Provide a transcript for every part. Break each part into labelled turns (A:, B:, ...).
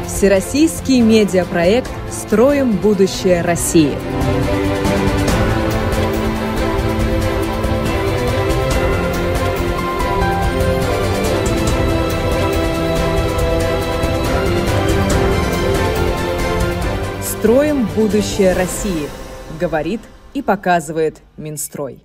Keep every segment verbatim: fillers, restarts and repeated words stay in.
A: Всероссийский медиапроект «Строим будущее России». «Строим будущее России», говорит и показывает Минстрой.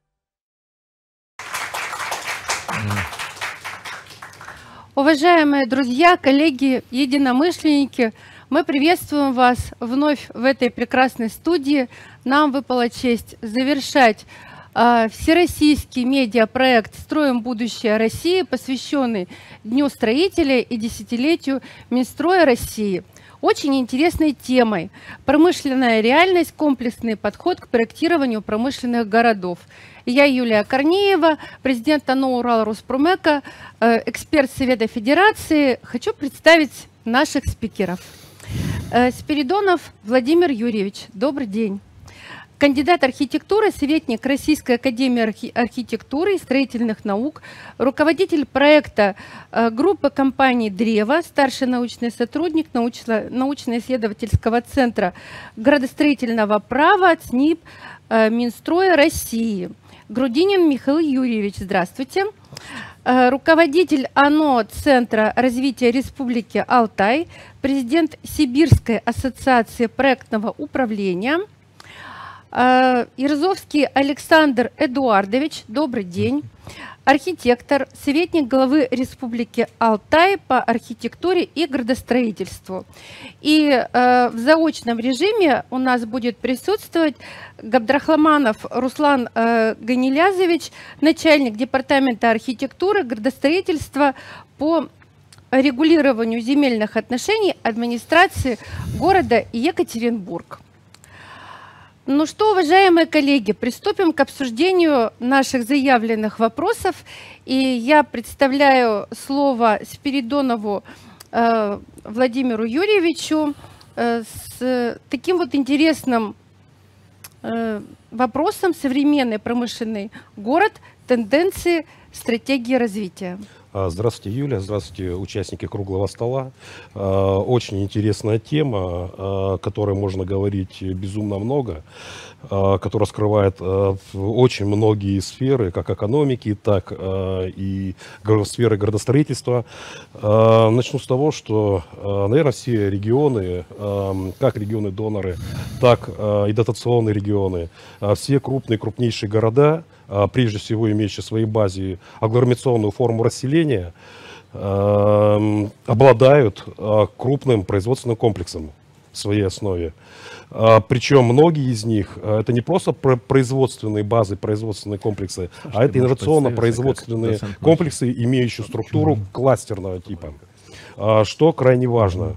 B: Уважаемые друзья, коллеги, единомышленники, мы приветствуем вас вновь в этой прекрасной студии. Нам выпала честь завершать э, всероссийский медиапроект «Строим будущее России», посвященный Дню строителя и десятилетию Минстроя России. Очень интересной темой – промышленная реальность, комплексный подход к проектированию промышленных городов. Я Юлия Корнеева, президент АНО «Урал-Роспромека», эксперт Совета Федерации. Хочу представить наших спикеров. Спиридонов Владимир Юрьевич, добрый день. Кандидат архитектуры, советник Российской академии архи архитектуры и строительных наук, руководитель проекта э, группы компаний «Древо», старший научный сотрудник научно-исследовательского центра градостроительного права ЦНИП э, Минстроя России. Грудинин Михаил Юрьевич, здравствуйте. Э, руководитель АНО Центра развития Республики Алтай, президент Сибирской ассоциации проектного управления. Ирзовский Александр Эдуардович, добрый день. Архитектор, советник главы Республики Алтай по архитектуре и градостроительству. И э, в заочном режиме у нас будет присутствовать Габдрахманов Руслан э, Ганилязович, начальник департамента архитектуры, градостроительства по регулированию земельных отношений администрации города Екатеринбург. Ну что, уважаемые коллеги, приступим к обсуждению наших заявленных вопросов. И я представляю слово Спиридонову э, Владимиру Юрьевичу э, с таким вот интересным э, вопросом: современный промышленный город, тенденции, стратегии развития.
C: Здравствуйте, Юля, здравствуйте, участники круглого стола. Очень интересная тема, о которой можно говорить безумно много, которая скрывает очень многие сферы, как экономики, так и сферы градостроительства. Начну с того, что, наверное, все регионы, как регионы-доноры, так и дотационные регионы, все крупные, крупнейшие города, прежде всего имеющие в своей базе агломерационную форму расселения, э, обладают э, крупным производственным комплексом в своей основе. Э, причем многие из них э, это не просто производственные базы, производственные комплексы, Слушайте, а это инновационно-производственные комплексы, имеющие структуру кластерного типа, э, что крайне важно.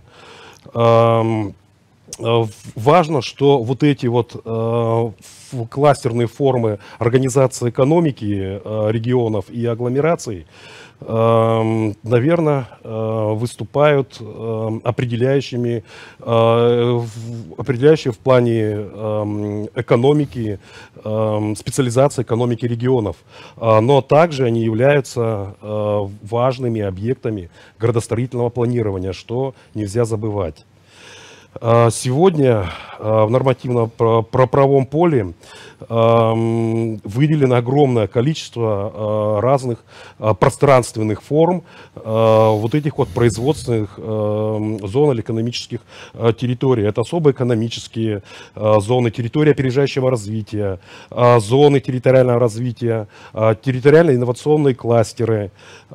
C: Э, Важно, что вот эти вот э, кластерные формы организации экономики э, регионов и агломераций, э, наверное, э, выступают э, определяющими, э, определяющими в плане э, экономики, э, специализации экономики регионов. Э, но также они являются э, важными объектами градостроительного планирования, что нельзя забывать. Сегодня в нормативно-правовом поле выделено огромное количество разных пространственных форм вот этих вот производственных зон или экономических территорий. Это особо экономические зоны, территории опережающего развития, зоны территориального развития, территориально-инновационные кластеры.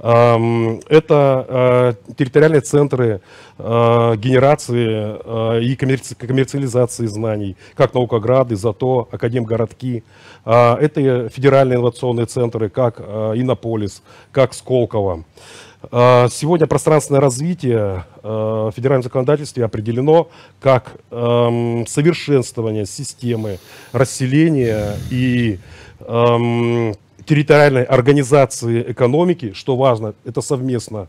C: Это территориальные центры генерации и коммерциализации знаний, как Наукограды, ЗАТО, Академгородки. Это федеральные инновационные центры, как Иннополис, как Сколково. Сегодня пространственное развитие в федеральном законодательстве определено как совершенствование системы расселения и территориальной организации экономики, что важно, это совместно,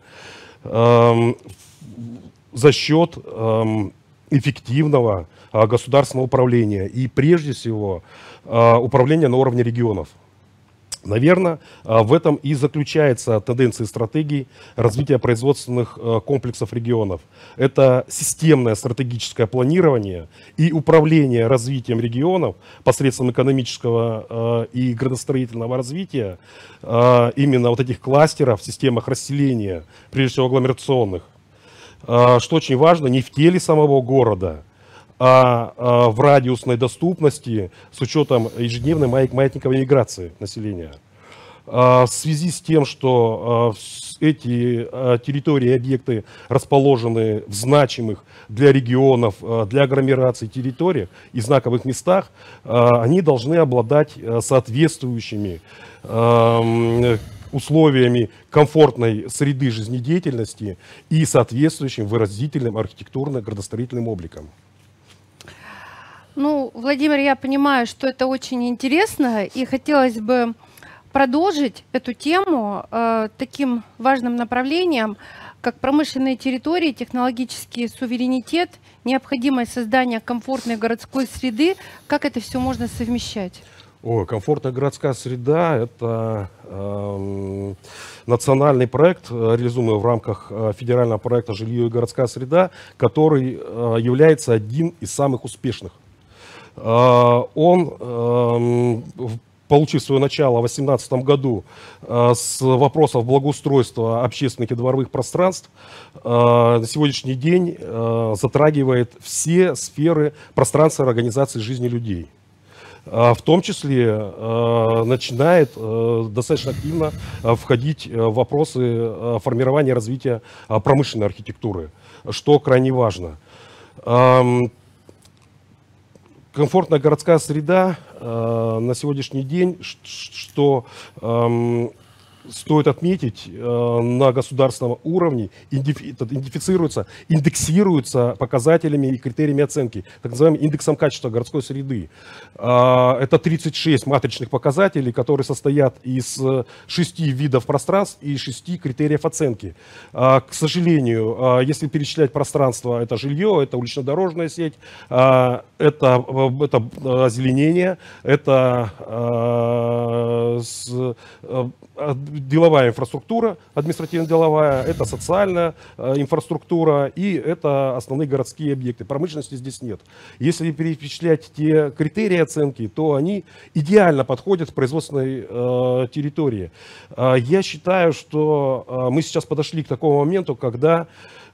C: за счет эффективного а, государственного управления и прежде всего а, управления на уровне регионов. Наверное, в этом и заключается тенденция стратегии развития производственных комплексов регионов. Это системное стратегическое планирование и управление развитием регионов посредством экономического и градостроительного развития именно вот этих кластеров в системах расселения, прежде всего агломерационных. Что очень важно, не в теле самого города, а в радиусной доступности с учетом ежедневной маятниковой миграции населения. В связи с тем, что эти территории и объекты расположены в значимых для регионов, для агломераций территориях и знаковых местах, они должны обладать соответствующими условиями комфортной среды жизнедеятельности и соответствующим выразительным архитектурно-градостроительным обликом.
B: Ну, Владимир, я понимаю, что это очень интересно, и хотелось бы продолжить эту тему э, таким важным направлением, как промышленные территории, технологический суверенитет, необходимость создания комфортной городской среды. Как это все можно совмещать?
C: О, комфортная городская среда – это э, национальный проект, реализуемый в рамках федерального проекта «Жилье и городская среда», который э, является одним из самых успешных. Э, он, э, получив свое начало в две тысячи восемнадцатом году э, с вопросов благоустройства общественных и дворовых пространств, э, на сегодняшний день э, затрагивает все сферы пространства организации жизни людей. В том числе э, начинает э, достаточно активно э, входить в вопросы э, формирования и развития э, промышленной архитектуры, что крайне важно. Э, комфортная городская среда э, на сегодняшний день, что э, стоит отметить, э, на государственном уровне идентифицируется, индексируется показателями и критериями оценки, так называемым индексом качества городской среды. Э, это тридцать шесть матричных показателей, которые состоят из шести видов пространств и шести критериев оценки. Э, к сожалению, э, если перечислять пространство, это жилье, это улично-дорожная сеть, э, это, это озеленение, это э, с, э, деловая инфраструктура, административно-деловая, это социальная э, инфраструктура и это основные городские объекты. Промышленности здесь нет. Если перечислять те критерии оценки, то они идеально подходят к производственной э, территории. Э, я считаю, что э, мы сейчас подошли к такому моменту, когда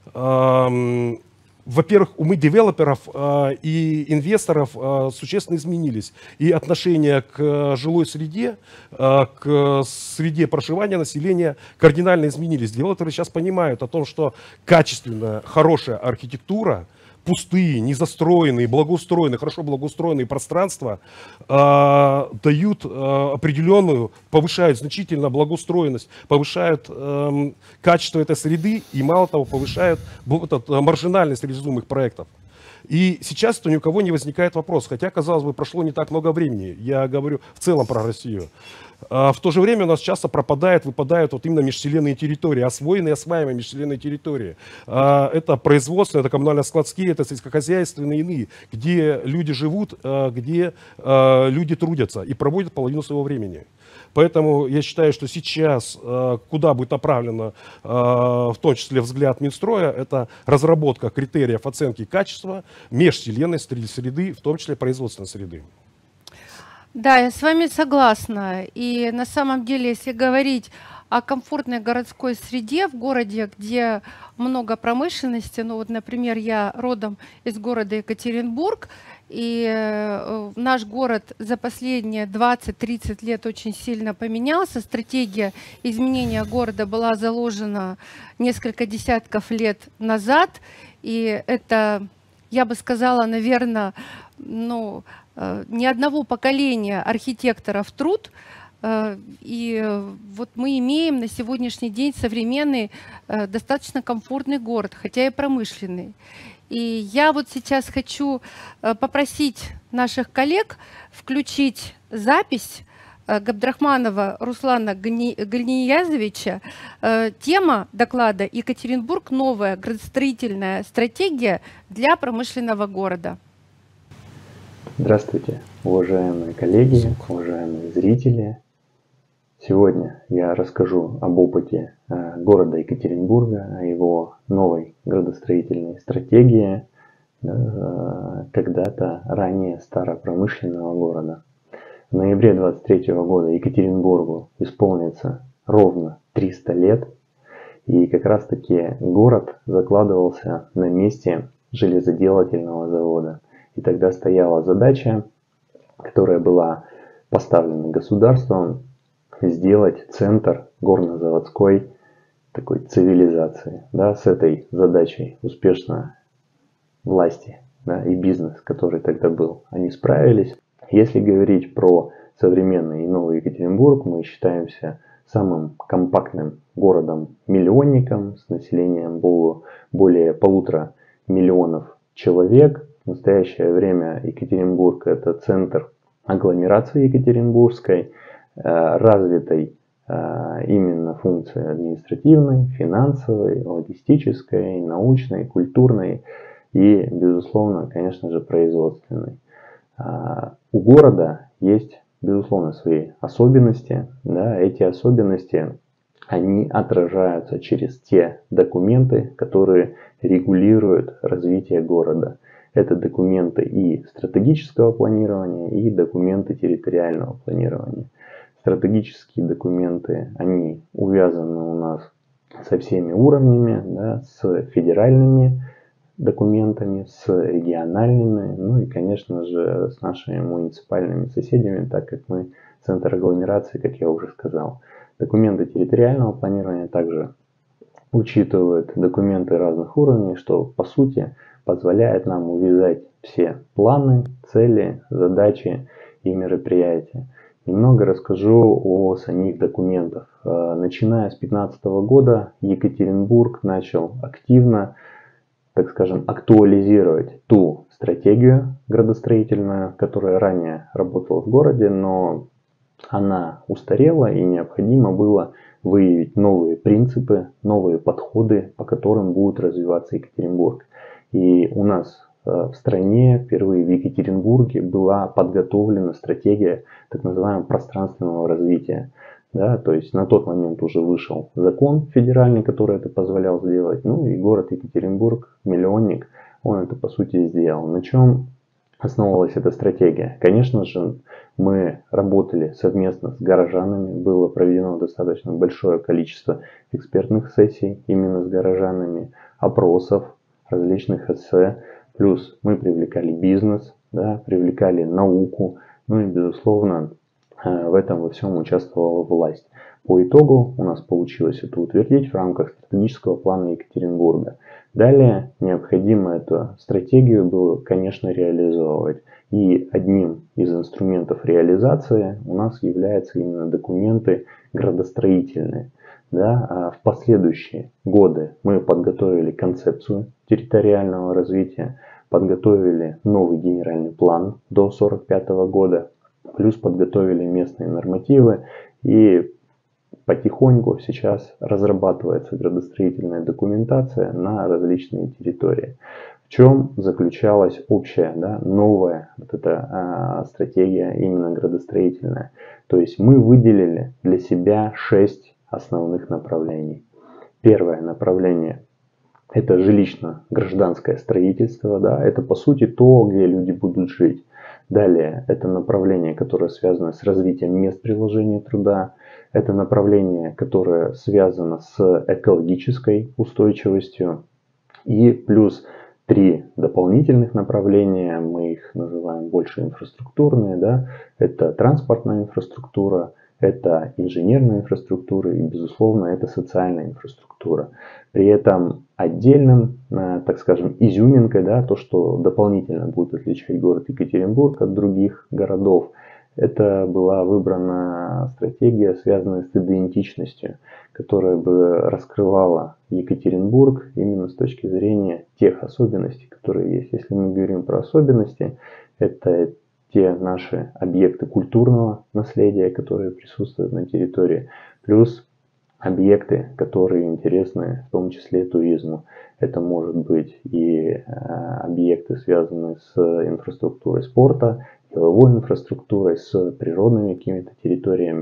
C: э, во-первых, умы девелоперов э, и инвесторов э, существенно изменились. И отношение к э, жилой среде, э, к среде проживания населения кардинально изменились. Девелоперы сейчас понимают о том, что качественная, хорошая архитектура, пустые, незастроенные, благоустроенные, хорошо благоустроенные пространства э, дают э, определенную, повышают значительно благоустроенность, повышают э, качество этой среды и, мало того, повышают этот, маржинальность реализуемых проектов. И сейчас ни у кого не возникает вопрос, хотя, казалось бы, прошло не так много времени, я говорю в целом про Россию. В то же время у нас часто пропадают, выпадают вот именно межселенные территории, освоенные и осваиваемые межселенные территории. Это производство, это коммунально-складские, это сельскохозяйственные иные, где люди живут, где люди трудятся и проводят половину своего времени. Поэтому я считаю, что сейчас, куда будет направлено, в том числе взгляд Минстроя, это разработка критериев оценки качества межселенной среды, в том числе производственной среды.
B: Да, я с вами согласна. И на самом деле, если говорить о комфортной городской среде в городе, где много промышленности, ну вот, например, я родом из города Екатеринбург, и наш город за последние двадцать-тридцать лет очень сильно поменялся. Стратегия изменения города была заложена несколько десятков лет назад, и это, я бы сказала, наверное, ну, ни одного поколения архитекторов труд. И вот мы имеем на сегодняшний день современный, достаточно комфортный город, хотя и промышленный. И я вот сейчас хочу попросить наших коллег включить запись Габдрахманова Руслана Ганиязовича. Тема доклада «Екатеринбург. Новая градостроительная стратегия для промышленного города».
D: Здравствуйте, уважаемые коллеги, уважаемые зрители. Сегодня я расскажу об опыте города Екатеринбурга, о его новой градостроительной стратегии, когда-то ранее старопромышленного города. В ноябре двадцать третьего года Екатеринбургу исполнится ровно триста лет, и как раз таки город закладывался на месте железоделательного завода. И тогда стояла задача, которая была поставлена государством, сделать центр горнозаводской такой цивилизации. Да, с этой задачей успешно власти, да, и бизнес, который тогда был, они справились. Если говорить про современный и новый Екатеринбург, мы считаемся самым компактным городом-миллионником с населением более полутора миллионов человек. В настоящее время Екатеринбург — это центр агломерации Екатеринбургской, развитой именно функции административной, финансовой, логистической, научной, культурной и, безусловно, конечно же, производственной. У города есть, безусловно, свои особенности. Да, эти особенности, они отражаются через те документы, которые регулируют развитие города. Это документы и стратегического планирования, и документы территориального планирования. Стратегические документы, они увязаны у нас со всеми уровнями, да, с федеральными документами, с региональными, ну и, конечно же, с нашими муниципальными соседями, так как мы центр агломерации, как я уже сказал. Документы территориального планирования также учитывают документы разных уровней, что по сути позволяет нам увязать все планы, цели, задачи и мероприятия. Немного расскажу о самих документах. Начиная с две тысячи пятнадцатого года Екатеринбург начал активно, так скажем, актуализировать ту стратегию градостроительную, которая ранее работала в городе, но она устарела, и необходимо было выявить новые принципы, новые подходы, по которым будет развиваться Екатеринбург. И у нас в стране, впервые в Екатеринбурге, была подготовлена стратегия так называемого пространственного развития. Да, то есть на тот момент уже вышел закон федеральный, который это позволял сделать. Ну и город Екатеринбург, миллионник, он это по сути сделал. На чем основывалась эта стратегия? Конечно же, мы работали совместно с горожанами. Было проведено достаточно большое количество экспертных сессий именно с горожанами, опросов, различных эссе. Плюс мы привлекали бизнес, да, привлекали науку. Ну и безусловно в этом во всем участвовала власть. По итогу у нас получилось это утвердить в рамках стратегического плана Екатеринбурга. Далее необходимо эту стратегию было, конечно, реализовывать. И одним из инструментов реализации у нас являются именно документы градостроительные. Да, а в последующие годы мы подготовили концепцию территориального развития, подготовили новый генеральный план до две тысячи сорок пятого года, плюс подготовили местные нормативы, и потихоньку сейчас разрабатывается градостроительная документация на различные территории. В чем заключалась общая, да, новая вот эта а, стратегия именно градостроительная? То есть мы выделили для себя шесть основных направлений. Первое направление — это жилищно-гражданское строительство. Да, это по сути то, где люди будут жить. Далее это направление, которое связано с развитием мест приложения труда. Это направление, которое связано с экологической устойчивостью. И плюс три дополнительных направления, мы их называем больше инфраструктурные. Да? Это транспортная инфраструктура, это инженерная инфраструктура и, безусловно, это социальная инфраструктура. При этом отдельным, так скажем, изюминкой, да, то, что дополнительно будет отличать город Екатеринбург от других городов, это была выбрана стратегия, связанная с идентичностью, которая бы раскрывала Екатеринбург именно с точки зрения тех особенностей, которые есть. Если мы говорим про особенности, это те наши объекты культурного наследия, которые присутствуют на территории, плюс объекты, которые интересны в том числе туризму. Это может быть и объекты, связанные с инфраструктурой спорта, деловой инфраструктурой, с природными какими-то территориями.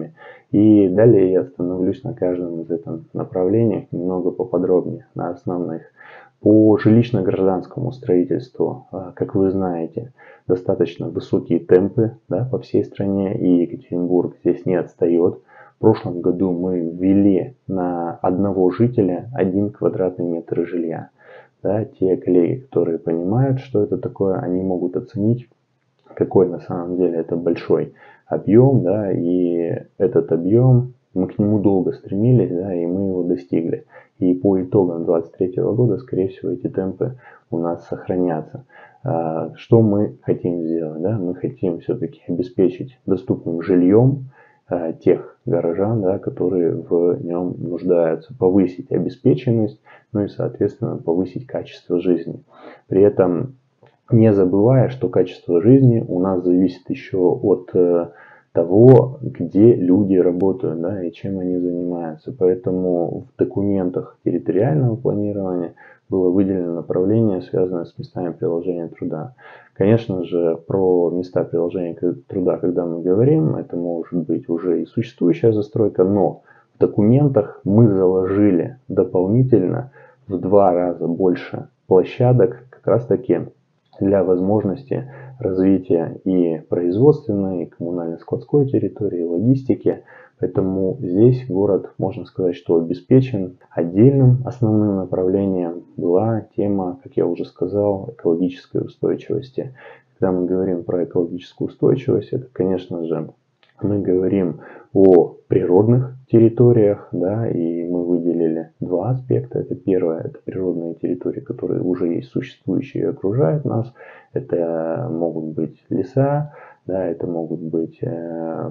D: И далее я остановлюсь на каждом из этих направлений немного поподробнее, на основных. По жилищно-гражданскому строительству, как вы знаете, достаточно высокие темпы, да, по всей стране, и Екатеринбург здесь не отстает. В прошлом году мы ввели на одного жителя один квадратный метр жилья. Да, те коллеги, которые понимают, что это такое, они могут оценить, какой на самом деле это большой объем, да, и этот объем, мы к нему долго стремились, да, и мы его достигли. И по итогам две тысячи двадцать третьего года, скорее всего, эти темпы у нас сохранятся. Что мы хотим сделать? Да? Мы хотим все-таки обеспечить доступным жильем тех горожан, да, которые в нем нуждаются, повысить обеспеченность, ну и, соответственно, повысить качество жизни. При этом не забывая, что качество жизни у нас зависит еще от того, где люди работают, да, и чем они занимаются. Поэтому в документах территориального планирования было выделено направление, связанное с местами приложения труда. Конечно же, про места приложения труда, когда мы говорим, это может быть уже и существующая застройка, но в документах мы заложили дополнительно в два раза больше площадок как раз таки для возможности развития и производственной, и коммунально-складской территории, и логистики. Поэтому здесь город, можно сказать, что обеспечен. Отдельным основным направлением была тема, как я уже сказал, экологической устойчивости. Когда мы говорим про экологическую устойчивость, это, конечно же, мы говорим о природных территориях, да, и мы выделили два аспекта. Это первое, это природные территории, которые уже есть существующие и окружают нас. Это могут быть леса, да, это могут быть э,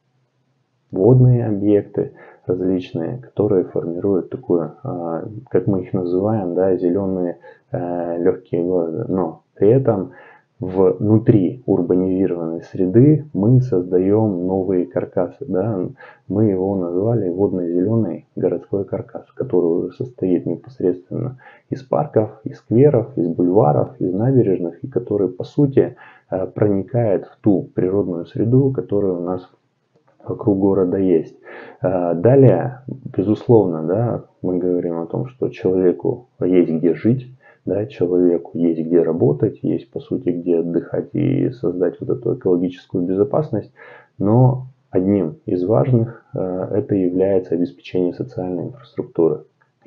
D: водные объекты различные, которые формируют такую, э, как мы их называем, да, зеленые э, легкие города. Но при этом внутри урбанизированной среды мы создаем новые каркасы. Да? Мы его назвали водно-зеленый городской каркас, который уже состоит непосредственно из парков, из скверов, из бульваров, из набережных, и который по сути проникает в ту природную среду, которая у нас вокруг города есть. Далее, безусловно, да, мы говорим о том, что человеку есть где жить, да, человеку есть где работать, есть по сути где отдыхать и создать вот эту экологическую безопасность, но одним из важных э, это является обеспечение социальной инфраструктуры.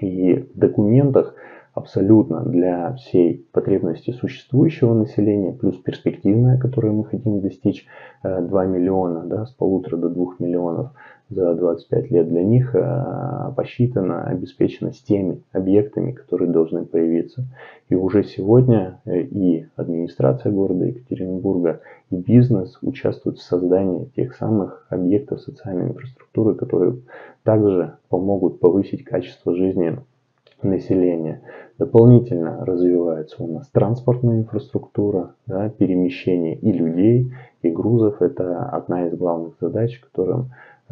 D: И в документах абсолютно для всей потребности существующего населения, плюс перспективная, которую мы хотим достичь, э, два миллиона, да, с полутора до двух миллионов за двадцать пять лет, для них э, посчитано, обеспечено с теми объектами, которые должны появиться. И уже сегодня э, и администрация города Екатеринбурга, и бизнес участвуют в создании тех самых объектов социальной инфраструктуры, которые также помогут повысить качество жизни населения. Дополнительно развивается у нас транспортная инфраструктура, да, перемещение и людей, и грузов. Это одна из главных задач, которым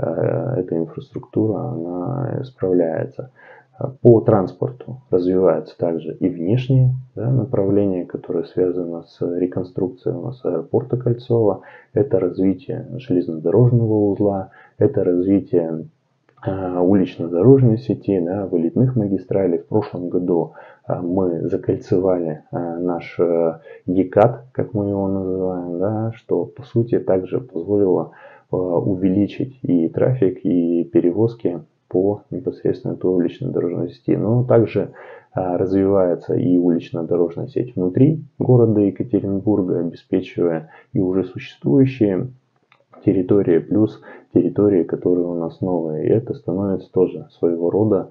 D: эта инфраструктура она справляется. По транспорту развиваются также и внешние, да, направления, которые связаны с реконструкцией у нас аэропорта Кольцова. Это развитие железнодорожного узла, это развитие э, улично-дорожной сети, да, вылетных магистралей. В прошлом году э, мы закольцевали э, наш э, ЕКАТ, как мы его называем, да, что по сути также позволило увеличить и трафик, и перевозки по непосредственно той улично-дорожной сети. Но также а, развивается и улично-дорожная сеть внутри города Екатеринбурга, обеспечивая и уже существующие территории, плюс территории, которые у нас новые. И это становится тоже своего рода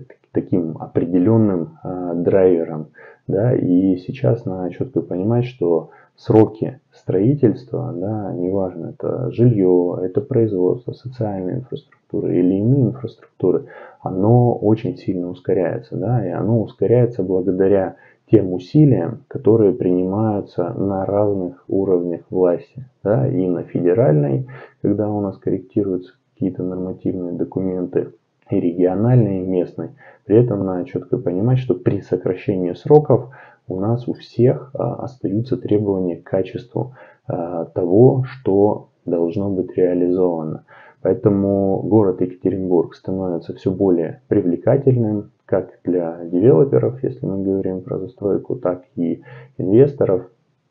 D: таким определенным а, драйвером. Да? И сейчас надо четко понимать, что сроки строительства, да, неважно, это жилье, это производство, социальная инфраструктура или иные инфраструктуры, оно очень сильно ускоряется. Да, и оно ускоряется благодаря тем усилиям, которые принимаются на разных уровнях власти. Да, и на федеральной, когда у нас корректируются какие-то нормативные документы, и региональной, и местной. При этом надо четко понимать, что при сокращении сроков у нас у всех а, остаются требования к качеству а, того, что должно быть реализовано. Поэтому город Екатеринбург становится все более привлекательным как для девелоперов, если мы говорим про застройку, так и инвесторов.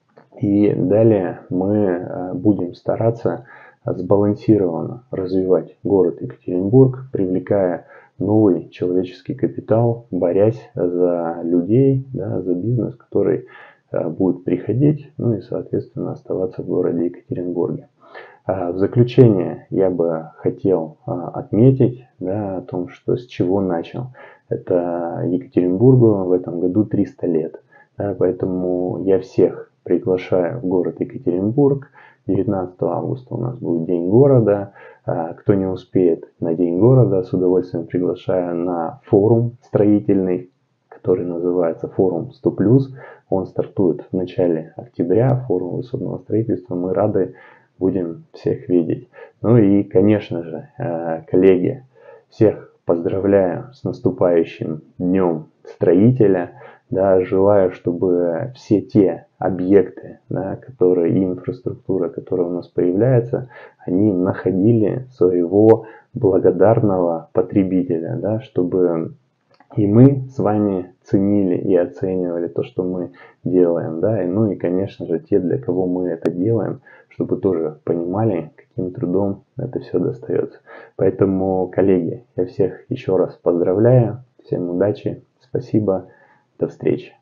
D: И далее мы будем стараться сбалансированно развивать город Екатеринбург, привлекая новый человеческий капитал, борясь за людей, да, за бизнес, который будет приходить, ну и, соответственно, оставаться в городе Екатеринбурге. В заключение я бы хотел отметить, да, о том, что с чего начал. Это Екатеринбургу в этом году триста лет. Да, поэтому я всех приглашаю в город Екатеринбург. девятнадцатого августа у нас будет День города. Кто не успеет на День города, с удовольствием приглашаю на форум строительный, который называется форум сто плюс. Он стартует в начале октября, форум высотного строительства. Мы рады будем всех видеть. Ну и, конечно же, коллеги, всех поздравляю с наступающим Днем Строителя. Да, желаю, чтобы все те объекты, да, которые и инфраструктура, которая у нас появляется, они находили своего благодарного потребителя, да, чтобы и мы с вами ценили и оценивали то, что мы делаем, да, и, ну и, конечно же, те, для кого мы это делаем, чтобы тоже понимали, каким трудом это все достается. Поэтому, коллеги, я всех еще раз поздравляю, всем удачи, спасибо, до встречи.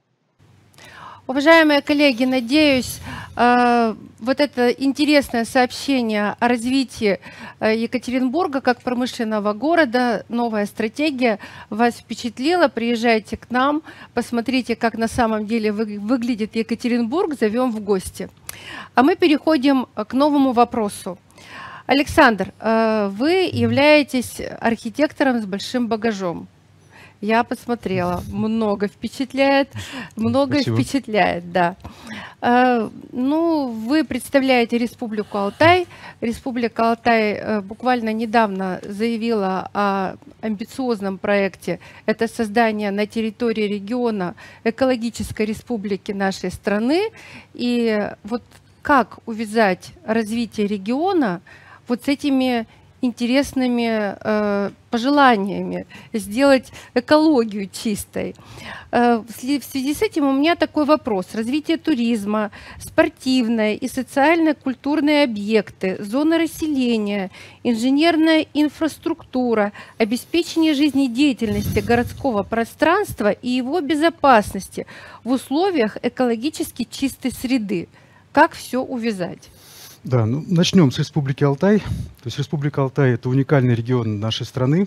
B: Уважаемые коллеги, надеюсь, э, вот это интересное сообщение о развитии Екатеринбурга как промышленного города, новая стратегия вас впечатлила. Приезжайте к нам, посмотрите, как на самом деле вы, выглядит Екатеринбург, зовем в гости. А мы переходим к новому вопросу. Александр, э, вы являетесь архитектором с большим багажом. Я посмотрела, много впечатляет, много Спасибо. впечатляет, да. Э, ну, вы представляете Республику Алтай. Республика Алтай э, буквально недавно заявила о амбициозном проекте. Это создание на территории региона экологической республики нашей страны. И вот как увязать развитие региона вот с этими интересными э, пожеланиями, сделать экологию чистой. Э, в связи с этим у меня такой вопрос. Развитие туризма, спортивные и социально-культурные объекты, зоны расселения, инженерная инфраструктура, обеспечение жизнедеятельности городского пространства и его безопасности в условиях экологически чистой среды. Как все увязать?
E: Да, ну, начнем с Республики Алтай. То есть Республика Алтай – это уникальный регион нашей страны.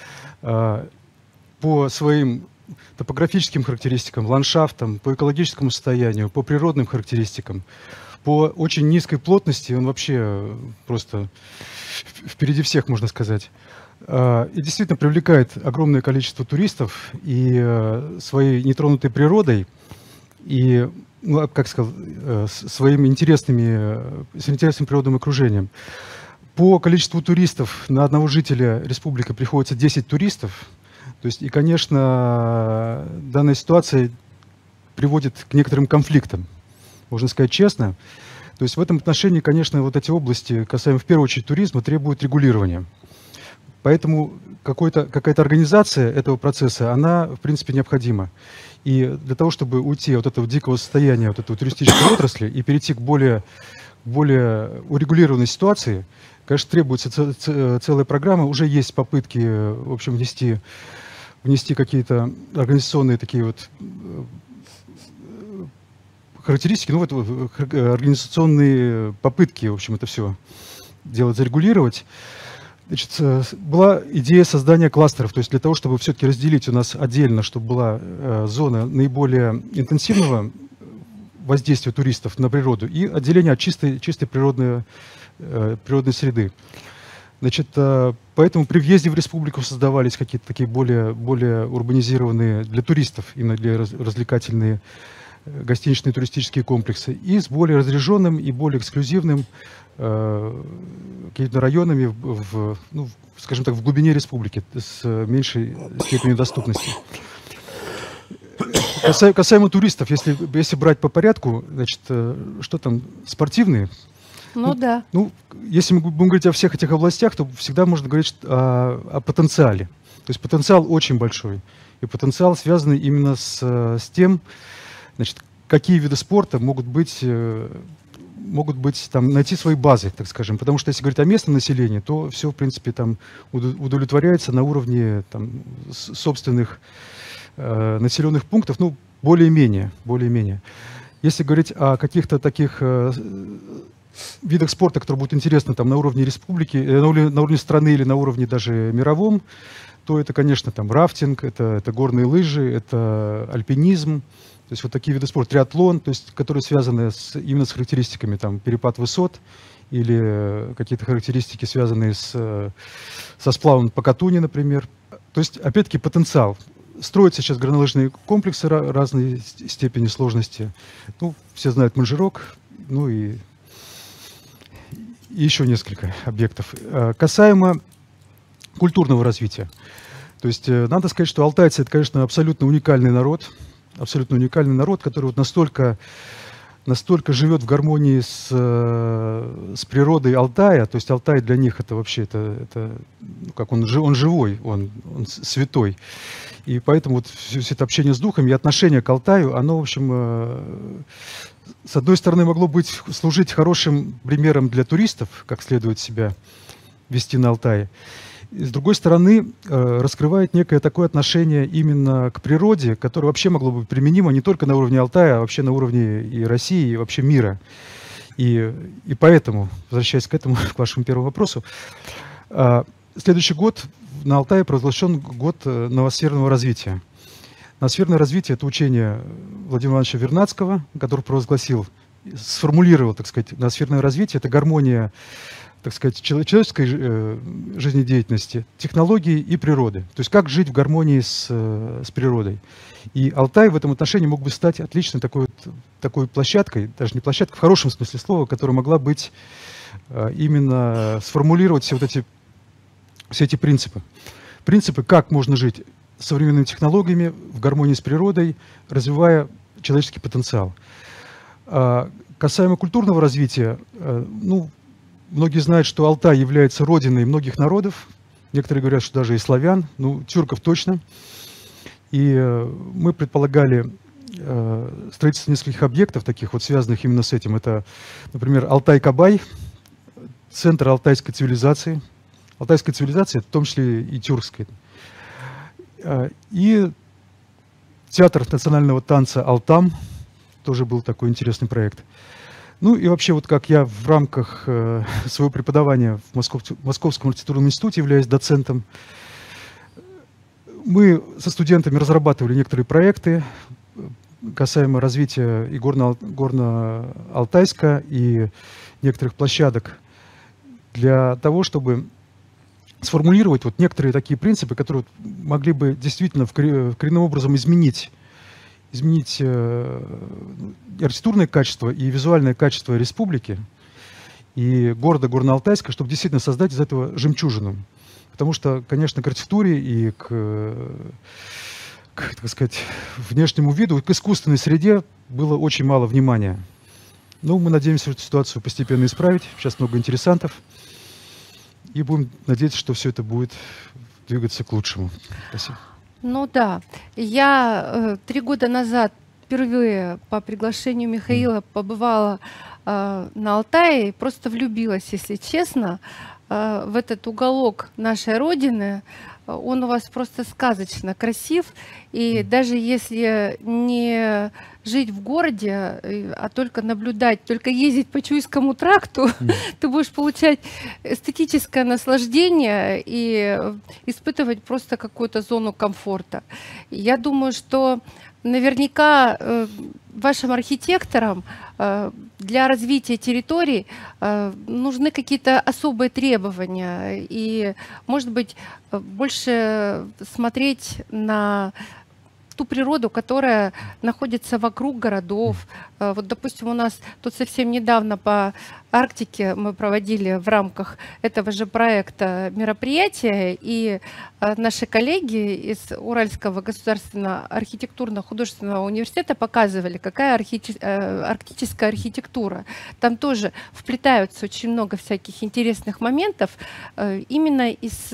E: По своим топографическим характеристикам, ландшафтам, по экологическому состоянию, по природным характеристикам, по очень низкой плотности, он вообще просто впереди всех, можно сказать. И действительно привлекает огромное количество туристов и своей нетронутой природой, и, ну, как сказал, своими интересными, с интересным природным окружением. По количеству туристов на одного жителя республики приходится десять туристов. То есть, и, конечно, данная ситуация приводит к некоторым конфликтам, можно сказать честно. То есть в этом отношении, конечно, вот эти области, касаемо в первую очередь туризма, требуют регулирования. Поэтому какая-то организация этого процесса, она, в принципе, необходима. И для того, чтобы уйти от этого дикого состояния, от этого туристической отрасли и перейти к более, более урегулированной ситуации, конечно, требуется целая программа. Уже есть попытки, в общем, внести, внести какие-то организационные такие вот характеристики, ну вот организационные попытки, в общем, это все делать, зарегулировать. Значит, была идея создания кластеров, то есть для того, чтобы все-таки разделить у нас отдельно, чтобы была э, зона наиболее интенсивного воздействия туристов на природу и отделение от чистой, чистой природной, э, природной среды. Значит, э, поэтому при въезде в республику создавались какие-то такие более, более урбанизированные для туристов, именно для раз, развлекательные гостиничные туристические комплексы, и с более разряженным и более эксклюзивным какими-то районами, в, в, ну, скажем так, в глубине республики, с меньшей степенью доступности. Касаемо, касаемо туристов, если, если брать по порядку, значит, что там, спортивные,
B: Ну да.
E: Ну, если мы будем говорить о всех этих областях, то всегда можно говорить о, о потенциале. То есть потенциал очень большой. И потенциал связан именно с, с тем, значит, какие виды спорта могут быть, могут быть там, найти свои базы, так скажем. Потому что если говорить о местном населении, то все, в принципе, там удовлетворяется на уровне там, собственных э, населенных пунктов, ну, более-менее, более-менее. Если говорить о каких-то таких э, видах спорта, которые будут интересны там, на уровне республики, э, на, уровне, на уровне страны или на уровне даже мировом, то это, конечно, там рафтинг, это, это горные лыжи, это альпинизм, то есть вот такие виды спорта, триатлон, то есть, которые связаны с, именно с характеристиками, там, перепад высот или какие-то характеристики, связанные с, со сплавом по Катуни, например. То есть, опять-таки, потенциал. Строятся сейчас горнолыжные комплексы разной степени сложности. Ну, все знают Манжирок, ну и, и еще несколько объектов. Касаемо культурного развития. То есть надо сказать, что алтайцы — это, конечно, абсолютно уникальный народ, абсолютно уникальный народ, который вот настолько, настолько живет в гармонии с, с природой Алтая. То есть Алтай для них это вообще, это, это ну, как он, он живой, он, он святой. И поэтому вот все это общение с духами и отношение к Алтаю, оно, в общем, с одной стороны, могло быть, служить хорошим примером для туристов, как следует себя вести на Алтае. И с другой стороны, раскрывает некое такое отношение именно к природе, которое вообще могло быть применимо не только на уровне Алтая, а вообще на уровне и России, и вообще мира. И, и поэтому, возвращаясь к этому, к вашему первому вопросу, следующий год на Алтае провозглашен год новосферного развития. Новосферное развитие — это учение Владимира Ивановича Вернадского, который провозгласил, сформулировал, так сказать, новосферное развитие — это гармония, так сказать, человеческой жизнедеятельности, технологии и природы. То есть как жить в гармонии с, с природой. И Алтай в этом отношении мог бы стать отличной такой, вот, такой площадкой, даже не площадкой, в хорошем смысле слова, которая могла быть именно сформулировать все вот эти, все эти принципы. Принципы, как можно жить современными технологиями в гармонии с природой, развивая человеческий потенциал. Касаемо культурного развития, ну, многие знают, что Алтай является родиной многих народов. Некоторые говорят, что даже и славян, ну, тюрков точно. И э, мы предполагали э, строительство нескольких объектов, таких вот связанных именно с этим. Это, например, Алтай-Кабай, центр алтайской цивилизации. Алтайская цивилизация, в том числе и тюркской. Э, и театр национального танца «Алтам», тоже был такой интересный проект. Ну и вообще, вот как я в рамках э, своего преподавания в Москов, Московском архитектурном институте являюсь доцентом, мы со студентами разрабатывали некоторые проекты касаемо развития и горно, горно-алтайска, и некоторых площадок для того, чтобы сформулировать вот некоторые такие принципы, которые вот могли бы действительно коренным образом изменить изменить э, архитектурное качество и визуальное качество республики и города Горно-Алтайска, чтобы действительно создать из этого жемчужину. Потому что, конечно, к архитектуре и к, к, так сказать, внешнему виду, к искусственной среде было очень мало внимания. Но мы надеемся эту ситуацию постепенно исправить. Сейчас много интересантов. И будем надеяться, что все это будет двигаться к лучшему. Спасибо.
B: Ну да, я э, три года назад впервые по приглашению Михаила побывала э, на Алтае и просто влюбилась, если честно, э, в этот уголок нашей Родины. Он у вас просто сказочно красив, и даже если не жить в городе, а только наблюдать, только ездить по Чуйскому тракту, mm. ты будешь получать эстетическое наслаждение и испытывать просто какую-то зону комфорта. Я думаю, что наверняка э, вашим архитекторам э, для развития территорий э, нужны какие-то особые требования и, может быть, больше смотреть на ту природу, которая находится вокруг городов. Вот, допустим, у нас тут совсем недавно по Арктике мы проводили в рамках этого же проекта мероприятия, и наши коллеги из Уральского государственного архитектурно-художественного университета показывали, какая архити... арктическая архитектура. Там тоже вплетаются очень много всяких интересных моментов именно из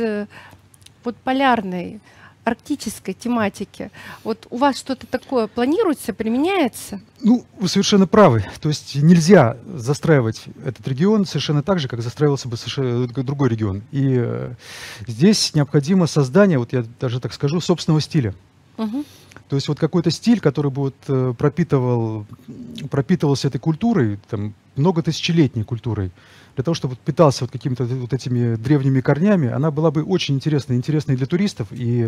B: вот полярной, арктической тематики. Вот у вас что-то такое планируется, применяется?
E: Ну, вы совершенно правы. То есть нельзя застраивать этот регион совершенно так же, как застраивался бы совершенно другой регион. И э, здесь необходимо создание, вот я даже так скажу, собственного стиля. Угу. То есть вот какой-то стиль, который бы вот, э, пропитывал, пропитывался этой культурой, там, многотысячелетней культурой, для того, чтобы питался вот какими-то вот этими древними корнями, она была бы очень интересной, интересной для туристов и,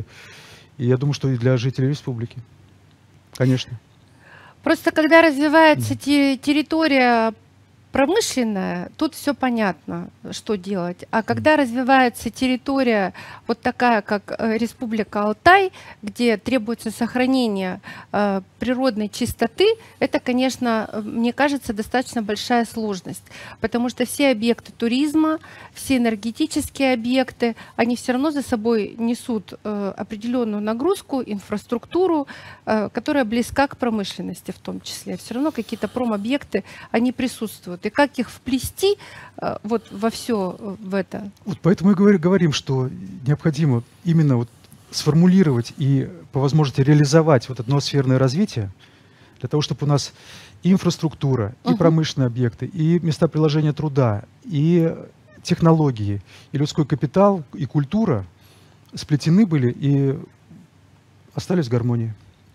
E: и я думаю, что и для жителей республики. Конечно.
B: Просто когда развивается mm. территория промышленная, тут все понятно, что делать. А когда развивается территория вот такая, как Республика Алтай, где требуется сохранение э, природной чистоты, это, конечно, мне кажется, достаточно большая сложность. Потому что все объекты туризма, все энергетические объекты, они все равно за собой несут э, определенную нагрузку, инфраструктуру, э, которая близка к промышленности в том числе. Все равно какие-то промобъекты, они присутствуют. И как их вплести э, вот во все в это?
E: Вот поэтому мы говорим, что необходимо именно вот сформулировать и по возможности реализовать вот это ноосферное развитие для того, чтобы у нас и инфраструктура, и uh-huh. промышленные объекты, и места приложения труда, и технологии, и людской капитал, и культура сплетены были и остались в гармонии.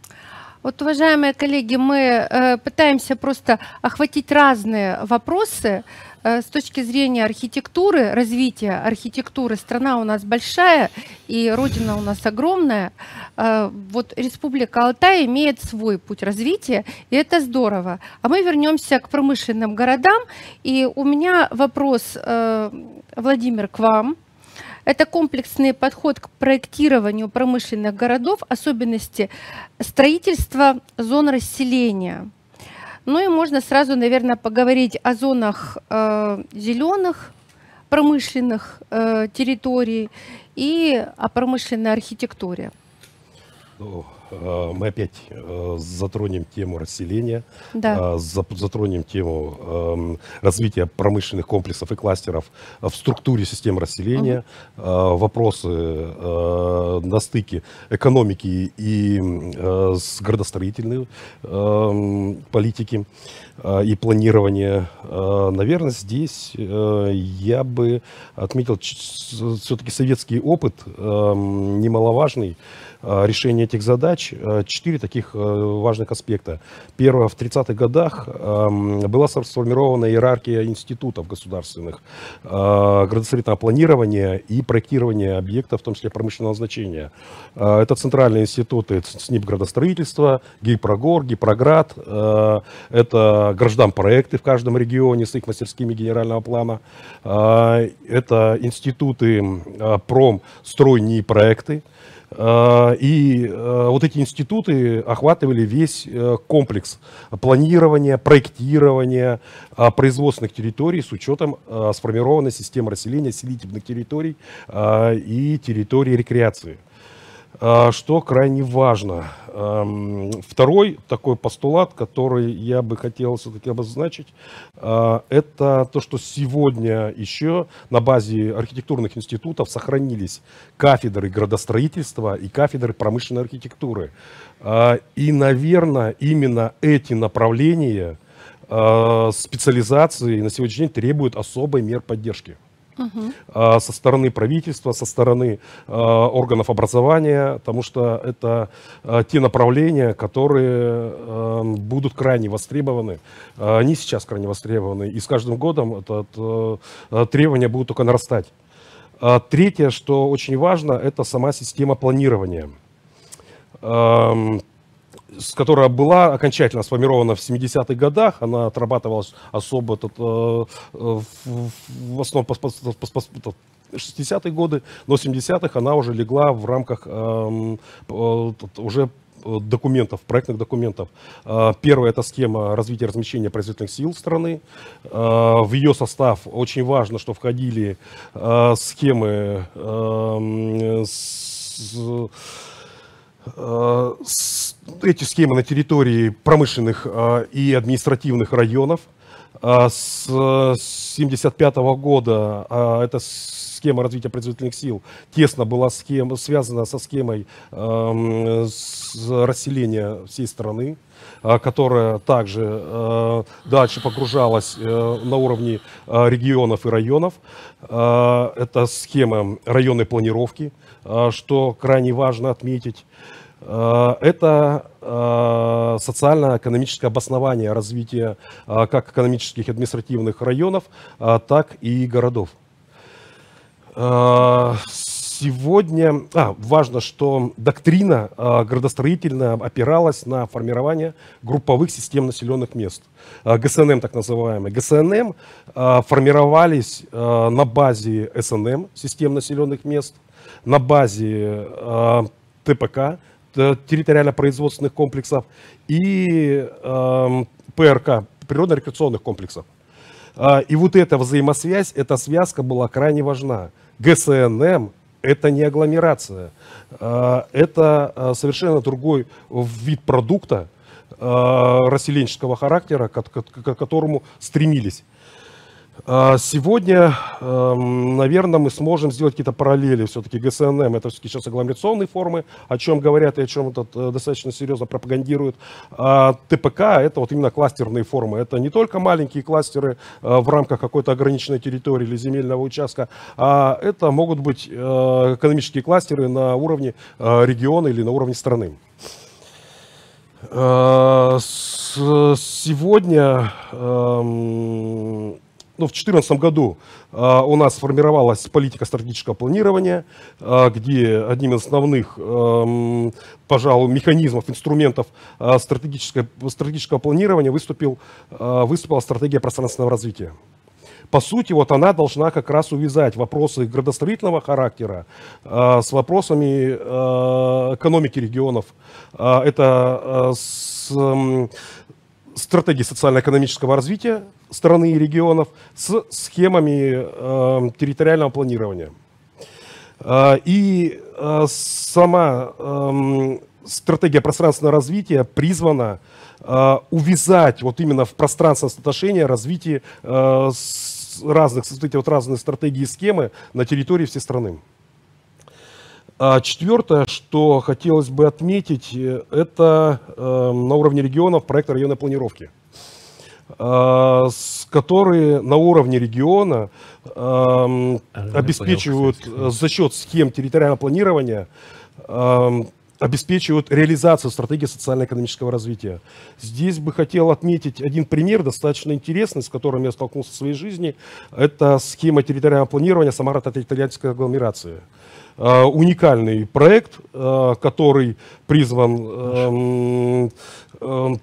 B: Вот, уважаемые коллеги, мы э, пытаемся просто охватить разные вопросы э, с точки зрения архитектуры, развития архитектуры. Страна у нас большая и родина у нас огромная. Э, вот Республика Алтай имеет свой путь развития, и это здорово. А мы вернемся к промышленным городам. И у меня вопрос, э, Владимир, к вам. Это комплексный подход к проектированию промышленных городов, особенности строительства зон расселения. Ну и можно сразу, наверное, поговорить о зонах э, зеленых промышленных э, территорий и о промышленной архитектуре.
C: Мы опять затронем тему расселения,
B: да.
C: затронем тему развития промышленных комплексов и кластеров в структуре систем расселения, угу. вопросы на стыке экономики и с градостроительной политики и планирования. Наверное, здесь я бы отметил все-таки советский опыт, немаловажный, решение этих задач. Четыре таких важных аспекта. Первое, в тридцатых годах была сформирована иерархия институтов государственных градостроительного планирования и проектирования объектов, в том числе промышленного значения. Это центральные институты СНИП градостроительства, ГИПРОГОР, ГИПРОГРАД. Это гражданпроекты в каждом регионе с их мастерскими генерального плана. Это институты пром, строй, НИИ проекты. И вот эти институты охватывали весь комплекс планирования, проектирования производственных территорий с учетом сформированной системы расселения селительных территорий и территорий рекреации. Что крайне важно. Второй такой постулат, который я бы хотел все-таки обозначить, это то, что сегодня еще на базе архитектурных институтов сохранились кафедры градостроительства и кафедры промышленной архитектуры. И, наверное, именно эти направления специализации на сегодняшний день требуют особой мер поддержки. Uh-huh. со стороны правительства, со стороны э, органов образования, потому что это э, те направления, которые э, будут крайне востребованы. Э, они сейчас крайне востребованы, и с каждым годом это, это, требования будут только нарастать. Э, третье, что очень важно, это сама система планирования, э, которая была окончательно сформирована в семидесятых годах, она отрабатывалась особо тут, э, в, в основном по, по, по, по, шестидесятые годы, но в семидесятых она уже легла в рамках э, э, уже документов, проектных документов. Первая — это схема развития и размещения производительных сил страны. В ее состав очень важно, что входили схемы с, с, эти схемы на территории промышленных и административных районов. С семьдесят пятого года эта схема развития производительных сил тесно была схема, связана со схемой э, с расселения всей страны, э, которая также э, дальше погружалась э, на уровне э, регионов и районов. Э, это схема районной планировки, э, что крайне важно отметить. Э, это э, социально-экономическое обоснование развития э, как экономических и административных районов, э, так и городов. Сегодня а, важно, что доктрина а, градостроительная опиралась на формирование групповых систем населенных мест. А, ГСНМ так называемые. ГСНМ а, формировались а, на базе СНМ, систем населенных мест, на базе а, ТПК, территориально-производственных комплексов, и а, ПРК, природно-рекреационных комплексов. И вот эта взаимосвязь, эта связка была крайне важна. ГСНМ – это не агломерация, это совершенно другой вид продукта расселенческого характера, к которому стремились. Сегодня, наверное, мы сможем сделать какие-то параллели. Все-таки ГСНМ — это все-таки сейчас агломерационные формы, о чем говорят и о чем это достаточно серьезно пропагандируют. А ТПК — это вот именно кластерные формы. Это не только маленькие кластеры в рамках какой-то ограниченной территории или земельного участка, а это могут быть экономические кластеры на уровне региона или на уровне страны. Сегодня... Ну, в две тысячи четырнадцатом году э, у нас сформировалась политика стратегического планирования, э, где одним из основных, э, пожалуй, механизмов, инструментов э, стратегического, стратегического планирования выступил, э, выступила стратегия пространственного развития. По сути, вот она должна как раз увязать вопросы градостроительного характера э, с вопросами э, экономики регионов. Э, это э, с... Э, стратегии социально-экономического развития страны и регионов с схемами э, территориального планирования. Э, и э, сама э, стратегия пространственного развития призвана э, увязать вот именно в пространственное отношение развитие э, с разных, эти вот разные стратегии и схемы на территории всей страны. Четвертое, что хотелось бы отметить, это э, на уровне регионов проект районной планировки, э, с которые на уровне региона э, обеспечивают за счет схем территориального планирования, э, обеспечивают реализацию стратегии социально-экономического развития. Здесь бы хотел отметить один пример, достаточно интересный, с которым я столкнулся в своей жизни. Это схема территориального планирования Самара-Татаринской агломерации. Uh, уникальный проект, uh, который призван uh, uh,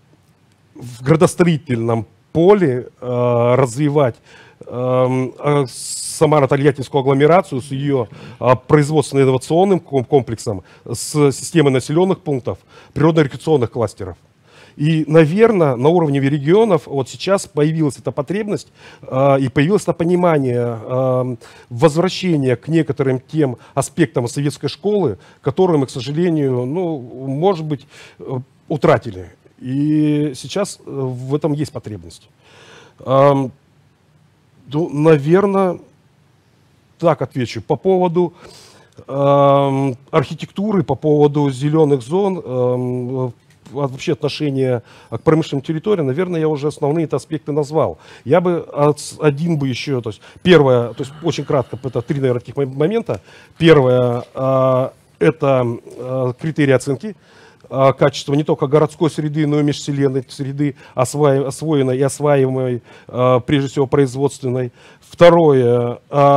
C: в градостроительном поле uh, развивать uh, Самаро-Тольяттинскую агломерацию с ее uh, производственно-инновационным комплексом, с системой населенных пунктов, природно-рекреационных кластеров. И, наверное, на уровне регионов вот сейчас появилась эта потребность э, и появилось это понимание э, возвращения к некоторым тем аспектам советской школы, которые мы, к сожалению, ну, может быть, э, утратили. И сейчас в этом есть потребность. Э, ну, наверное, так отвечу. По поводу э, архитектуры, по поводу зеленых зон, э, вообще отношение к промышленным территориям, наверное, я уже основные аспекты назвал. Я бы один бы еще, то есть первое, то есть очень кратко, это три, наверное, таких момента. Первое, это критерии оценки качества не только городской среды, но и межвселенной среды, освоенной и осваиваемой, прежде всего, производственной. Второе,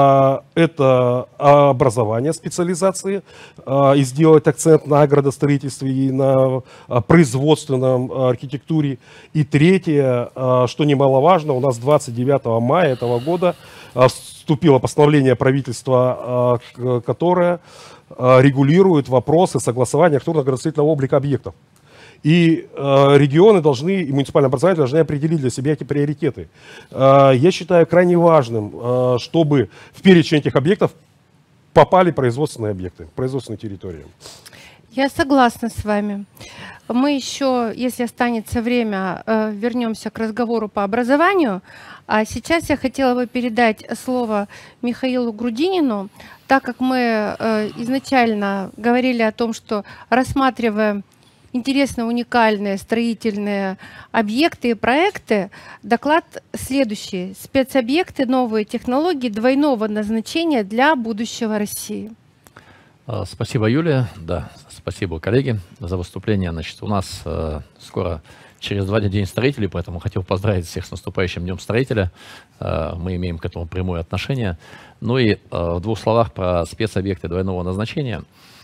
C: это образование, специализации, и сделать акцент на градостроительстве и на производственном архитектуре. И третье, что немаловажно, у нас двадцать девятого мая этого года вступило постановление правительства, которое регулирует вопросы согласования архитектурно-градостроительного облика объектов. И э, регионы должны, и муниципальное образование должны определить для себя эти приоритеты. Э, я считаю крайне важным, э, чтобы в перечень этих объектов попали производственные объекты, производственные территории.
B: Я согласна с вами. Мы еще, если останется время, э, вернемся к разговору по образованию. А сейчас я хотела бы передать слово Михаилу Грудинину, так как мы э, изначально говорили о том, что рассматриваем интересные, уникальные строительные объекты и проекты. Доклад следующий. Спецобъекты, новые технологии двойного назначения для будущего России.
F: Спасибо, Юлия. Да, спасибо, коллеги, за выступление. Значит, у нас э, скоро через два дня День строителей, поэтому хотел поздравить всех с наступающим Днем строителя. Э, мы имеем к этому прямое отношение. Ну и э, в двух словах про спецобъекты двойного назначения.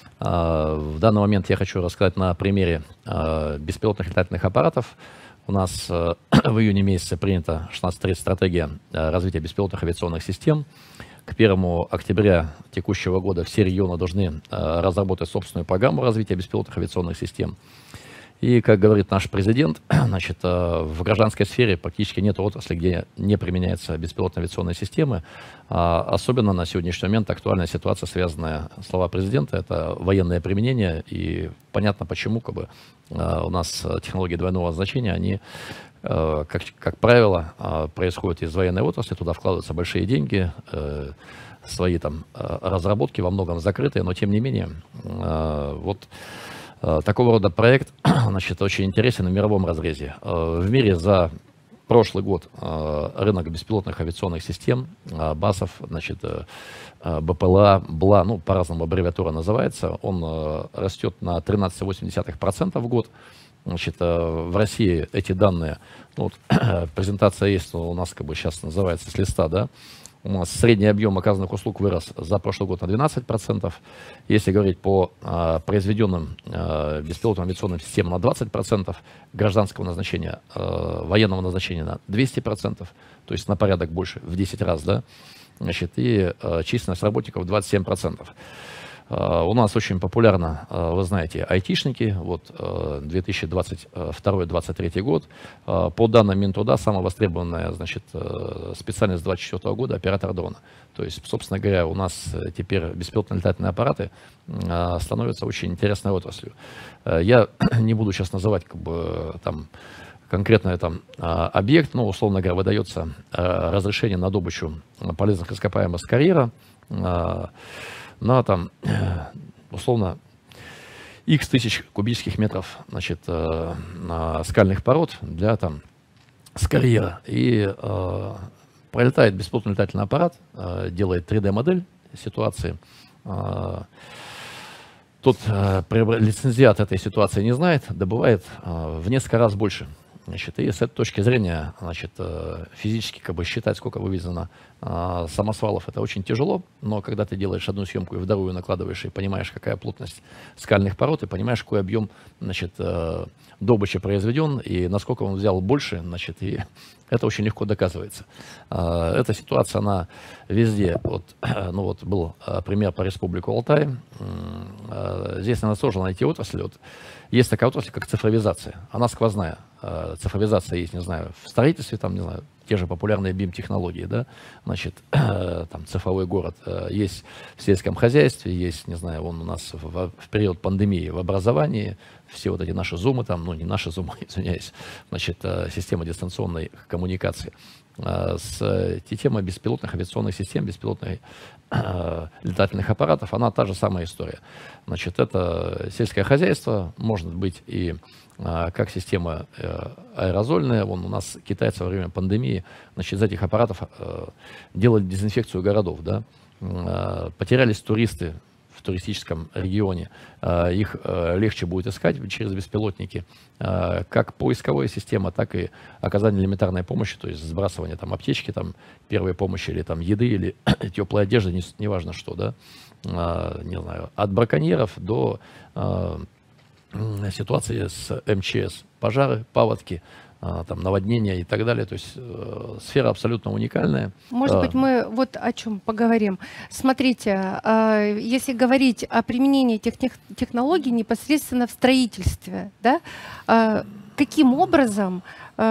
F: В данный момент я хочу рассказать на примере беспилотных летательных аппаратов. У нас в июне месяце принята шестнадцатая тридцать стратегия развития беспилотных авиационных систем. К первому октября текущего года все регионы должны разработать собственную программу развития беспилотных авиационных систем. И, как говорит наш президент, значит, в гражданской сфере практически нет отрасли, где не применяются беспилотные авиационные системы. Особенно на сегодняшний момент актуальная ситуация, связанная, слова президента, это военное применение. И понятно, почему как бы, у нас технологии двойного назначения, они, как, как правило, происходят из военной отрасли, туда вкладываются большие деньги, свои там разработки во многом закрытые, но тем не менее, вот... Такого рода проект, значит, очень интересен в мировом разрезе. В мире за прошлый год рынок беспилотных авиационных систем, БАСов, значит, БПЛА, БЛА, ну, по-разному аббревиатура называется, он растет на тринадцать целых восемь десятых процента в год. Значит, в России эти данные, ну, вот, презентация есть, у нас как бы сейчас называется с листа, да. У нас средний объем оказанных услуг вырос за прошлый год на двенадцать процентов. Если говорить по а, произведенным а, беспилотным авиационным системам на двадцать процентов, гражданского назначения, а, военного назначения на двести процентов, то есть на порядок больше, в десять раз, да, значит, и а, численность работников двадцать семь процентов. У нас очень популярно, вы знаете, айтишники. Вот две тысячи двадцать второй — две тысячи двадцать третий год. По данным Минтруда, самая востребованная, значит, специальность две тысячи двадцать четвёртого года — оператор дрона. То есть, собственно говоря, у нас теперь беспилотные летательные аппараты становятся очень интересной отраслью. Я не буду сейчас называть как бы там конкретный там объект, но, условно говоря, выдается разрешение на добычу полезных ископаемых с карьера на там, условно, X тысяч кубических метров, значит, э, скальных пород для там с карьера. И э, пролетает беспилотный летательный аппарат, э, делает три дэ модель ситуации. Э, тот э, лицензиат этой ситуации не знает, добывает э, в несколько раз больше. Значит, и с этой точки зрения, значит, физически как бы считать, сколько вывезено а, самосвалов, это очень тяжело, но когда ты делаешь одну съемку и вторую накладываешь, и понимаешь, какая плотность скальных пород, и понимаешь, какой объем, значит, добычи произведен, и насколько он взял больше, значит, и это очень легко доказывается. А, эта ситуация, она везде, вот, ну вот был пример по Республику Алтай, а, здесь надо сложно найти отрасль, вот, есть такая отрасль, как цифровизация, она сквозная. Цифровизация есть, не знаю, в строительстве, там, не знаю, те же популярные бим-технологии, да, значит, там цифровой город есть в сельском хозяйстве, есть, не знаю, он у нас в, в период пандемии в образовании, все вот эти наши зумы там, ну не наши зумы, извиняюсь, значит, система дистанционной коммуникации. С тема беспилотных авиационных систем, беспилотных э, летательных аппаратов, она та же самая история. Значит, это сельское хозяйство, может быть и э, как система э, аэрозольная. Вон у нас китайцы во время пандемии, значит, из этих аппаратов э, делали дезинфекцию городов, да? э, потерялись туристы в туристическом регионе, их легче будет искать через беспилотники, как поисковая система, так и оказание элементарной помощи, то есть сбрасывание там аптечки, там первой помощи или там еды, или теплой одежды, не, не важно что, да, не знаю, от браконьеров до ситуации с эм че эс, пожары, паводки, там, наводнения и так далее. То есть сфера абсолютно уникальная.
B: Может быть, мы вот о чем поговорим. Смотрите, если говорить о применении этих технологий непосредственно в строительстве, да, каким образом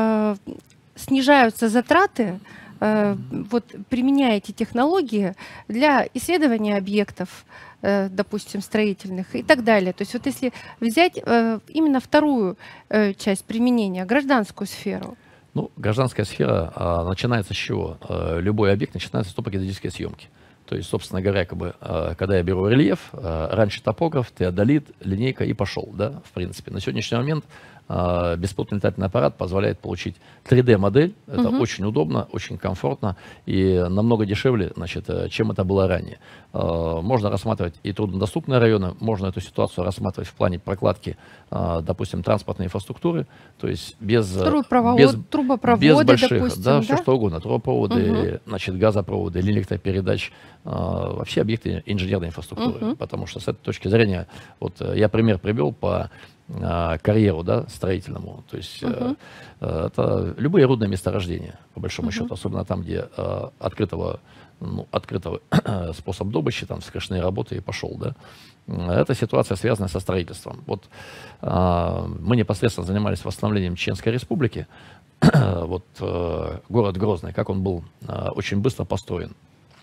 B: снижаются затраты, вот, применяя эти технологии для исследования объектов, допустим, строительных и так далее. То есть вот если взять именно вторую часть применения, гражданскую сферу.
F: Ну, гражданская сфера а, начинается с чего? А, любой объект начинается с топогеодезической съемки. То есть, собственно говоря, как бы, а, когда я беру рельеф, а, раньше топограф, теодолит, линейка и пошел, да, в принципе. На сегодняшний момент а, беспилотный летательный аппарат позволяет получить три дэ модель. Это угу. очень удобно, очень комфортно и намного дешевле, значит, чем это было ранее. А, можно рассматривать и труднодоступные районы, можно эту ситуацию рассматривать в плане прокладки, а, допустим, транспортной инфраструктуры, то есть без, без,
B: трубопроводы,
F: без больших,
B: допустим,
F: да,
B: да?
F: все что угодно, трубопроводы,
B: угу.
F: значит, газопроводы, электропередач, а, вообще объекты инженерной инфраструктуры, угу. потому что с этой точки зрения, вот я пример привел по карьеру, да, строительному. То есть uh-huh. э, это любые рудные месторождения, по большому uh-huh. счету, особенно там, где э, открытого, ну, открытого способ добычи, там, скрышные работы и пошел, да. Эта ситуация связана со строительством. Вот э, мы непосредственно занимались восстановлением Чеченской Республики. Вот э, город Грозный, как он был э, очень быстро построен.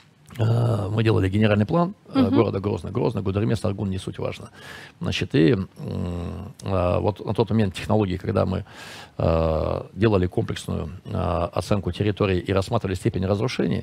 F: Мы делали генеральный план uh-huh. города Грозный. Грозный, Гудермес, Аргун, не суть важно. Значит, и вот на тот момент технологии, когда мы делали комплексную оценку территории и рассматривали степень разрушений,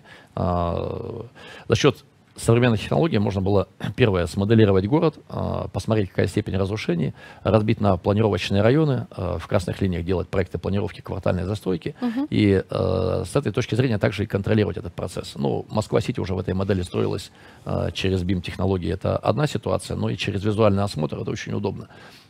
F: за счет современных технологий можно было, первое, смоделировать город, посмотреть, какая степень разрушений, разбить на планировочные районы, в красных линиях делать проекты планировки квартальной застройки, uh-huh. и с этой точки зрения также и контролировать этот процесс. Ну, Москва-Сити уже в этой модели строилась через бим-технологии, это одна ситуация, но и через визуальный осмотр это очень удобно.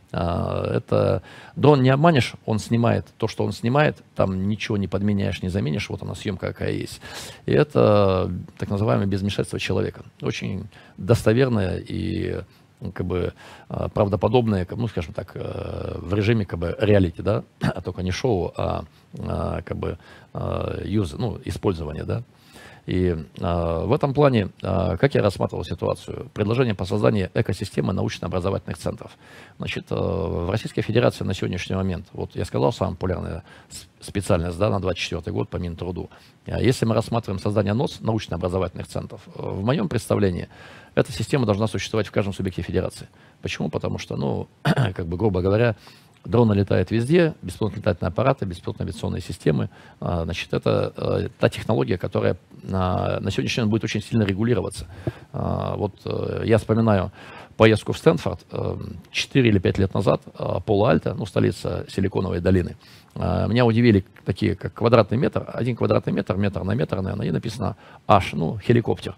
F: Это дрон не обманешь, он снимает то, что он снимает, там ничего не подменяешь, не заменишь, вот она съемка какая есть. И это так называемое без вмешательства человека. Очень достоверное и как бы правдоподобное, ну, скажем так, в режиме как бы реалити, да, а только не шоу, а как бы юз, ну, использование, да. И э, в этом плане, э, как я рассматривал ситуацию, предложение по созданию экосистемы научно-образовательных центров. Значит, э, в Российской Федерации на сегодняшний момент, вот я сказал, самая популярная специальность, да, на двадцать четвёртый год по Минтруду. Если мы рассматриваем создание НОЦ, научно-образовательных центров, в моем представлении, эта система должна существовать в каждом субъекте федерации. Почему? Потому что, ну, как бы, грубо говоря, дроны летают везде, беспилотные летательные аппараты, беспилотные авиационные системы. Значит, это та технология, которая на, на сегодняшний момент будет очень сильно регулироваться. Вот я вспоминаю поездку в Стэнфорд четыре или пять лет назад, Пало-Альто, ну, столица Силиконовой долины. Меня удивили такие, как квадратный метр, один квадратный метр, метр на метр, наверное, и написано H, ну, хеликоптер.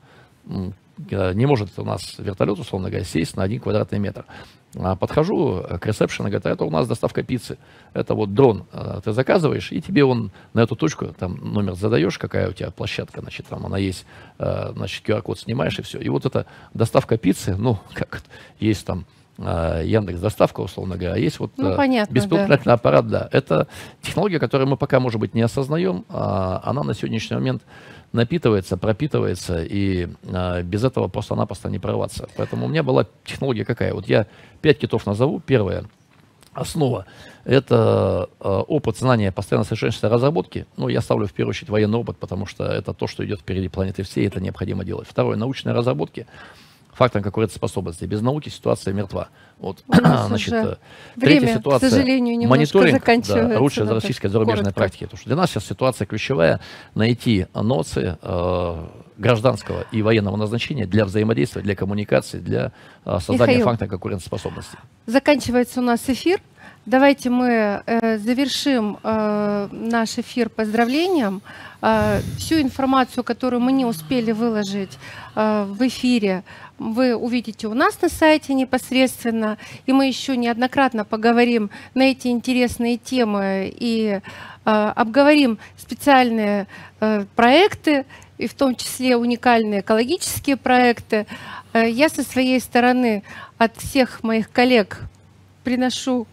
F: Не может у нас вертолет, условно говоря, сесть на один квадратный метр. Подхожу к ресепшену, говорят, это у нас доставка пиццы. Это вот дрон ты заказываешь, и тебе он на эту точку, там номер задаешь, какая у тебя площадка, значит, там она есть, значит, ку ар код снимаешь, и все. И вот эта доставка пиццы, ну, как есть там Яндекс доставка, условно говоря, есть вот ну, беспилотный летательный да. аппарат, да. Это технология, которую мы пока, может быть, не осознаем, а она на сегодняшний момент напитывается, пропитывается, и а, без этого просто-напросто не прорваться. Поэтому у меня была технология какая? Вот я пять китов назову. Первая основа – это а, опыт, знания, постоянно совершенствующейся разработки. Ну, я ставлю в первую очередь военный опыт, потому что это то, что идет впереди планеты всей, это необходимо делать. Второе – научные разработки. Фактор конкурентоспособности. Без науки ситуация мертва. Вот. Значит, третья ситуация, к сожалению, мониторинг, да, лучше из российской зарубежной практики. Потому что для нас сейчас ситуация ключевая – найти ноции э, гражданского и военного назначения для взаимодействия, для коммуникации, для э, создания Михаил, фактора конкурентоспособности.
B: Заканчивается у нас эфир. Давайте мы э, завершим э, наш эфир поздравлением. Э, всю информацию, которую мы не успели выложить э, в эфире, вы увидите у нас на сайте непосредственно. И мы еще неоднократно поговорим на эти интересные темы и э, обговорим специальные э, проекты, и в том числе уникальные экологические проекты. Э, я со своей стороны от всех моих коллег приношу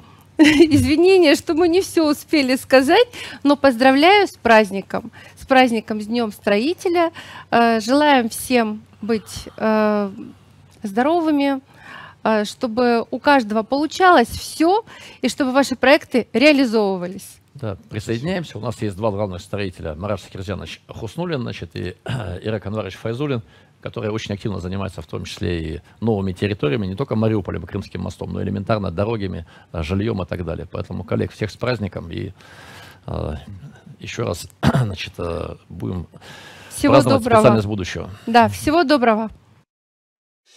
B: извинения, что мы не все успели сказать, но поздравляю с праздником, с праздником, с Днем Строителя. Э, Желаем всем быть э, здоровыми, э, чтобы у каждого получалось все, и чтобы ваши проекты реализовывались.
F: Да, присоединяемся. У нас есть два главных строителя: Марат Шакирзянович Хуснуллин, значит, и Ирак Анварович Файзуллин, которые очень активно занимаются в том числе и новыми территориями, не только Мариуполем и Крымским мостом, но элементарно дорогами, жильем и так далее. Поэтому, коллег, всех с праздником, и э, еще раз, значит, э, будем
B: Всего
F: праздновать
B: доброго.
F: специальность будущего.
B: Да, всего доброго.